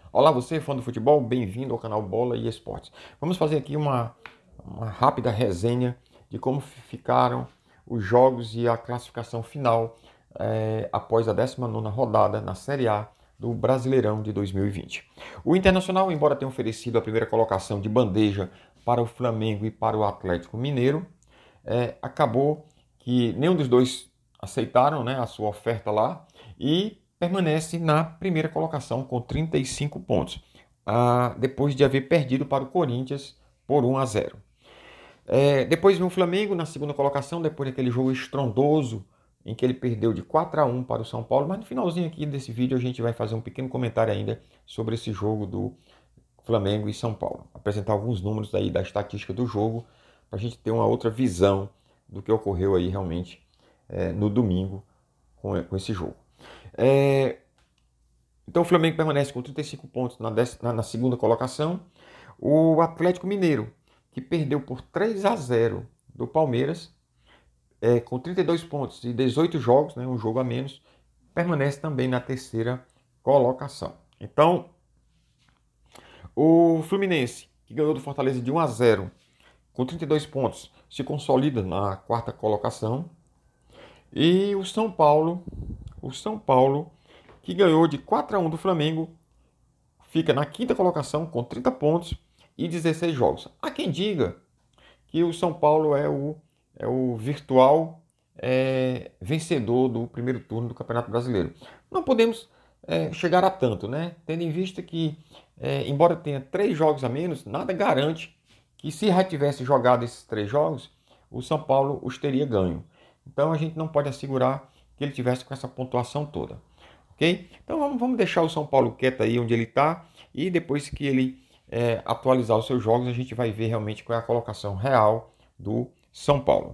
Olá você, fã do futebol, bem-vindo ao canal Bola e Esportes. Vamos fazer aqui uma rápida resenha de como ficaram os jogos e a classificação final após a 19ª rodada na Série A do Brasileirão de 2020. O Internacional, embora tenha oferecido a primeira colocação de bandeja para o Flamengo e para o Atlético Mineiro, acabou que nenhum dos dois aceitaram, né, a sua oferta lá e permanece na primeira colocação com 35 pontos, depois de haver perdido para o Corinthians por 1-0. Depois vem o Flamengo na segunda colocação, depois daquele jogo estrondoso em que ele perdeu de 4-1 para o São Paulo, mas no finalzinho aqui desse vídeo a gente vai fazer um pequeno comentário ainda sobre esse jogo do Flamengo e São Paulo. Apresentar alguns números aí da estatística do jogo, para a gente ter uma outra visão do que ocorreu aí realmente no domingo com esse jogo. Então o Flamengo permanece com 35 pontos na segunda colocação. O Atlético Mineiro, que perdeu por 3-0 do Palmeiras, com 32 pontos e 18 jogos, né, um jogo a menos, permanece também na terceira colocação. Então, o Fluminense, que ganhou do Fortaleza de 1-0, com 32 pontos, se consolida na quarta colocação. E o São Paulo, que ganhou de 4-1 do Flamengo, fica na quinta colocação com 30 pontos e 16 jogos. Há quem diga que o São Paulo é o virtual vencedor do primeiro turno do Campeonato Brasileiro. Não podemos chegar a tanto, né? Tendo em vista que, embora tenha 3 jogos a menos, nada garante que se já tivesse jogado esses 3 jogos, o São Paulo os teria ganho. Então a gente não pode assegurar que ele tivesse com essa pontuação toda. Ok? Então vamos deixar o São Paulo quieto aí onde ele está e depois que ele atualizar os seus jogos, a gente vai ver realmente qual é a colocação real do São Paulo.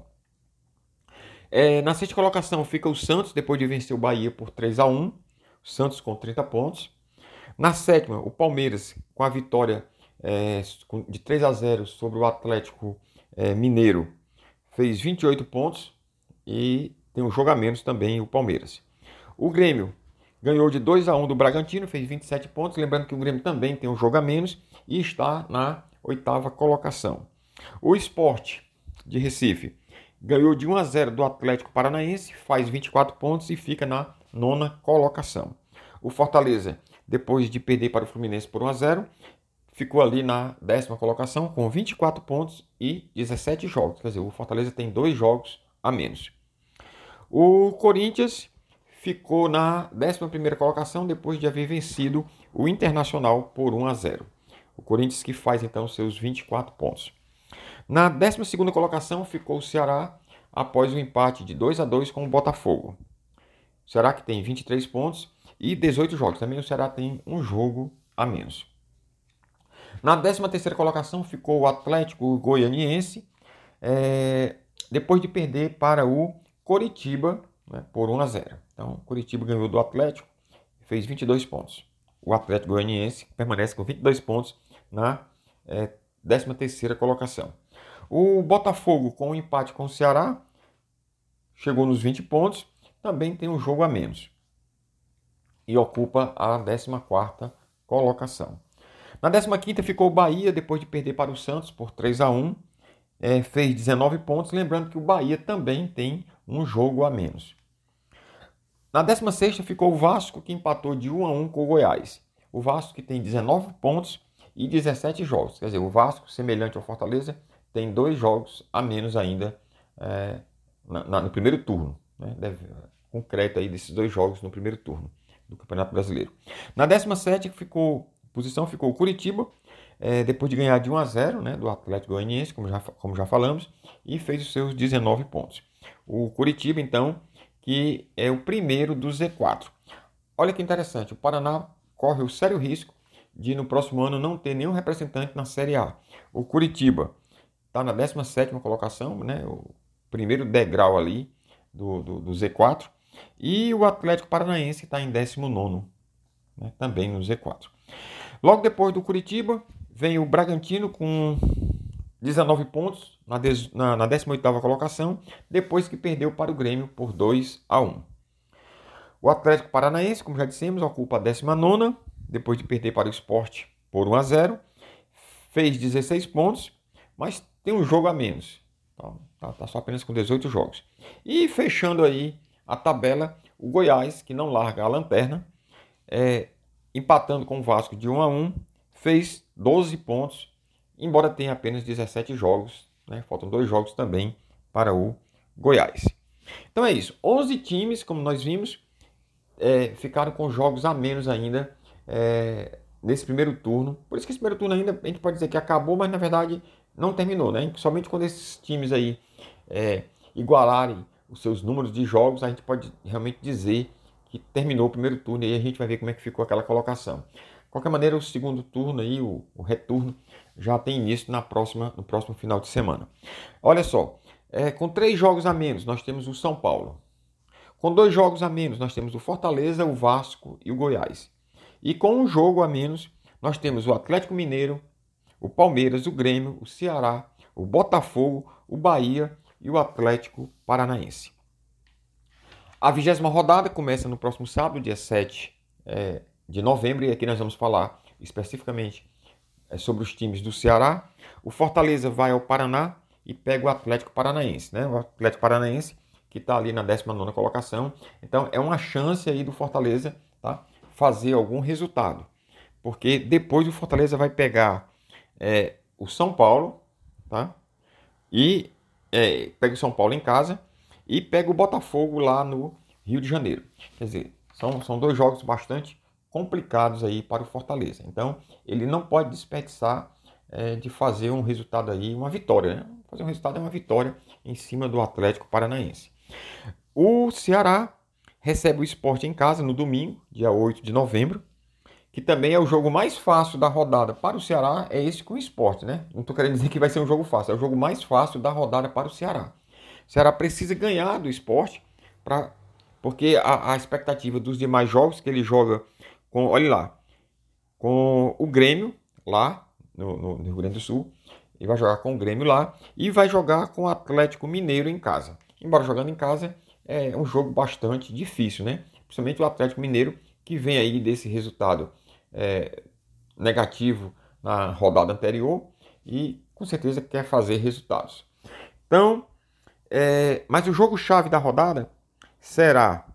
Na sexta colocação fica o Santos, depois de vencer o Bahia por 3-1. O Santos com 30 pontos. Na sétima, o Palmeiras, com a vitória de 3-0 sobre o Atlético Mineiro, fez 28 pontos e tem um jogo a menos também o Palmeiras. O Grêmio ganhou de 2-1 do Bragantino, fez 27 pontos. Lembrando que o Grêmio também tem um jogo a menos e está na oitava colocação. O Sport de Recife ganhou de 1-0 do Atlético Paranaense, faz 24 pontos e fica na nona colocação. O Fortaleza, depois de perder para o Fluminense por 1-0, ficou ali na décima colocação com 24 pontos e 17 jogos. Quer dizer, o Fortaleza tem 2 jogos a menos. O Corinthians ficou na 11ª colocação depois de haver vencido o Internacional por 1-0. O Corinthians que faz então seus 24 pontos. Na 12ª colocação ficou o Ceará após o empate de 2-2 com o Botafogo. O Ceará que tem 23 pontos e 18 jogos. Também o Ceará tem um jogo a menos. Na 13ª colocação ficou o Atlético Goianiense, depois de perder para o Coritiba, né, por 1-0. Então, o Coritiba ganhou do Atlético, fez 22 pontos. O Atlético Goianiense permanece com 22 pontos na 13ª colocação. O Botafogo, com o empate com o Ceará, chegou nos 20 pontos, também tem um jogo a menos e ocupa a 14ª colocação. Na 15ª ficou o Bahia, depois de perder para o Santos por 3-1, fez 19 pontos, lembrando que o Bahia também tem um jogo a menos. Na 16ª ficou o Vasco, que empatou de 1-1 com o Goiás. O Vasco que tem 19 pontos e 17 jogos. Quer dizer, o Vasco, semelhante ao Fortaleza, tem 2 jogos a menos ainda no primeiro turno. Né? Concreto aí desses 2 jogos no primeiro turno do Campeonato Brasileiro. Na 17ª posição ficou o Coritiba, depois de ganhar de 1-0, né, do Atlético Goianiense, como já falamos, e fez os seus 19 pontos. O Coritiba, então, que é o primeiro do Z4. Olha que interessante, o Paraná corre o sério risco de no próximo ano não ter nenhum representante na Série A. O Coritiba está na 17ª colocação, né, o primeiro degrau ali do Z4, e o Atlético Paranaense está em 19º, né, também no Z4. Logo depois do Coritiba, vem o Bragantino com 19 pontos na 18ª colocação, depois que perdeu para o Grêmio por 2-1. O Atlético Paranaense, como já dissemos, ocupa a 19ª, depois de perder para o Sport por 1-0, fez 16 pontos, mas tem um jogo a menos. Tá só apenas com 18 jogos. E fechando aí a tabela, o Goiás, que não larga a lanterna, empatando com o Vasco de 1-1, fez 12 pontos, embora tenha apenas 17 jogos, né? Faltam 2 jogos também para o Goiás. Então é isso, 11 times, como nós vimos, ficaram com jogos a menos ainda nesse primeiro turno. Por isso que esse primeiro turno ainda a gente pode dizer que acabou, mas na verdade não terminou, né? Somente quando esses times aí igualarem os seus números de jogos, a gente pode realmente dizer que terminou o primeiro turno e aí a gente vai ver como é que ficou aquela colocação. De qualquer maneira, o segundo turno aí, o retorno, já tem início no próximo final de semana. Olha só, com 3 jogos a menos, nós temos o São Paulo. Com 2 jogos a menos, nós temos o Fortaleza, o Vasco e o Goiás. E com um jogo a menos, nós temos o Atlético Mineiro, o Palmeiras, o Grêmio, o Ceará, o Botafogo, o Bahia e o Atlético Paranaense. A 20ª rodada começa no próximo sábado, dia 7 de novembro, e aqui nós vamos falar especificamente sobre os times do Ceará. O Fortaleza vai ao Paraná e pega o Atlético Paranaense, né? O Atlético Paranaense que está ali na 19ª colocação. Então é uma chance aí do Fortaleza, tá, fazer algum resultado, porque depois o Fortaleza vai pegar o São Paulo, tá? E pega o São Paulo em casa e pega o Botafogo lá no Rio de Janeiro. Quer dizer, são 2 jogos bastante complicados aí para o Fortaleza. Então, ele não pode desperdiçar de fazer um resultado aí, uma vitória, né? Fazer um resultado é uma vitória em cima do Atlético Paranaense. O Ceará recebe o Sport em casa no domingo, dia 8 de novembro, que também é o jogo mais fácil da rodada para o Ceará, é esse com o Sport, né? Não estou querendo dizer que vai ser um jogo fácil, é o jogo mais fácil da rodada para o Ceará. O Ceará precisa ganhar do Sport, porque a expectativa dos demais jogos que ele joga com, olha lá, com o Grêmio lá no Rio Grande do Sul, ele vai jogar com o Grêmio lá e vai jogar com o Atlético Mineiro em casa. Embora jogando em casa, é um jogo bastante difícil, né? Principalmente o Atlético Mineiro, que vem aí desse resultado negativo na rodada anterior e com certeza quer fazer resultados. Então, mas o jogo-chave da rodada será,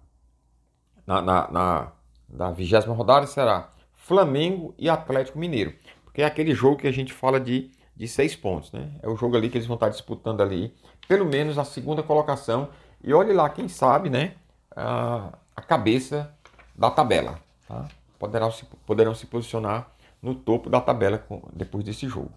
da 20ª rodada, será Flamengo e Atlético Mineiro, porque é aquele jogo que a gente fala de 6 pontos, né? É o jogo ali que eles vão estar disputando ali, pelo menos a 2ª colocação, e olhe lá, quem sabe, né, a cabeça da tabela, tá? Poderão se posicionar no topo da tabela depois desse jogo.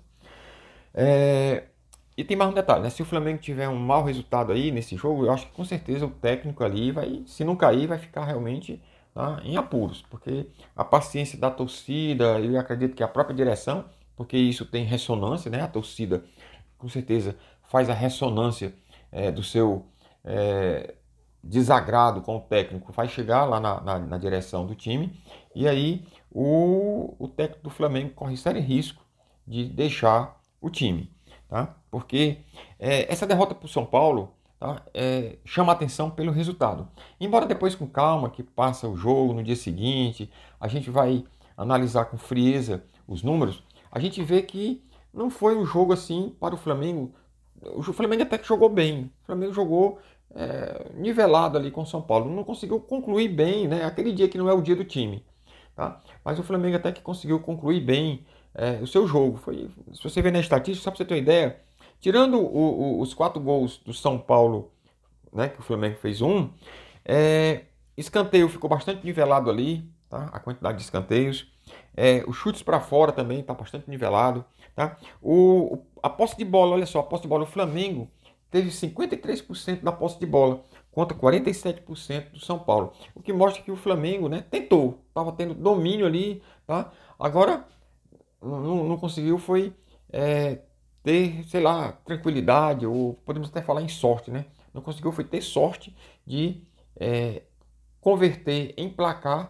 E tem mais um detalhe, né? Se o Flamengo tiver um mau resultado aí nesse jogo, eu acho que com certeza o técnico ali vai, se não cair, vai ficar realmente, tá, em apuros, porque a paciência da torcida, eu acredito que a própria direção, porque isso tem ressonância, né? A torcida com certeza faz a ressonância do seu desagrado com o técnico, vai chegar lá na direção do time, e aí o técnico do Flamengo corre sério risco de deixar o time, tá? Porque essa derrota para o São Paulo, tá, chama a atenção pelo resultado. Embora depois com calma, que passa o jogo no dia seguinte, a gente vai analisar com frieza os números, a gente vê que não foi um jogo assim para o Flamengo. O Flamengo até que jogou bem, o Flamengo jogou nivelado ali com o São Paulo, não conseguiu concluir bem, né? Aquele dia que não é o dia do time, tá? Mas o Flamengo até que conseguiu concluir bem o seu jogo. Se você ver na estatística, só para você ter uma ideia, tirando os 4 gols do São Paulo, né, que o Flamengo fez escanteio ficou bastante nivelado ali, tá? A quantidade de escanteios. Os chutes para fora também está bastante nivelado, tá? A posse de bola, olha só, a posse de bola, o Flamengo teve 53% da posse de bola contra 47% do São Paulo, o que mostra que o Flamengo, né, tentou, estava tendo domínio ali, tá? Agora não conseguiu ter, sei lá, tranquilidade, ou podemos até falar em sorte, né? Não conseguiu ter sorte de converter, emplacar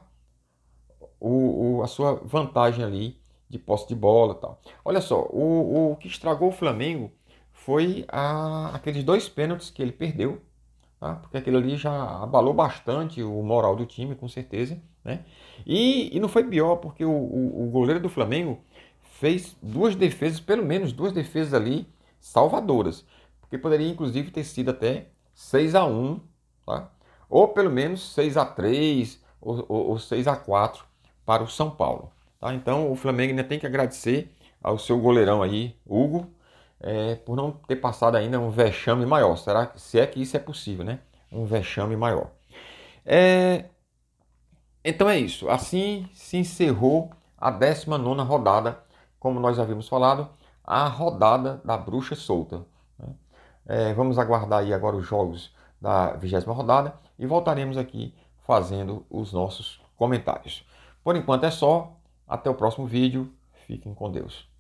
a sua vantagem ali de posse de bola e tal. Olha só, o que estragou o Flamengo foi aqueles 2 pênaltis que ele perdeu, tá? Porque aquilo ali já abalou bastante o moral do time, com certeza, né? E não foi pior, porque o goleiro do Flamengo fez duas defesas, pelo menos duas defesas ali salvadoras. Porque poderia inclusive ter sido até 6-1, tá? Ou pelo menos 6-3 ou 6-4 para o São Paulo. Tá? Então o Flamengo ainda tem que agradecer ao seu goleirão aí, Hugo, por não ter passado ainda um vexame maior. Será que, se é que isso é possível, né? Um vexame maior. Então é isso. Assim se encerrou a 19ª rodada, como nós já havíamos falado, a rodada da Bruxa Solta, né? Vamos aguardar aí agora os jogos da 20ª rodada e voltaremos aqui fazendo os nossos comentários. Por enquanto é só. Até o próximo vídeo. Fiquem com Deus.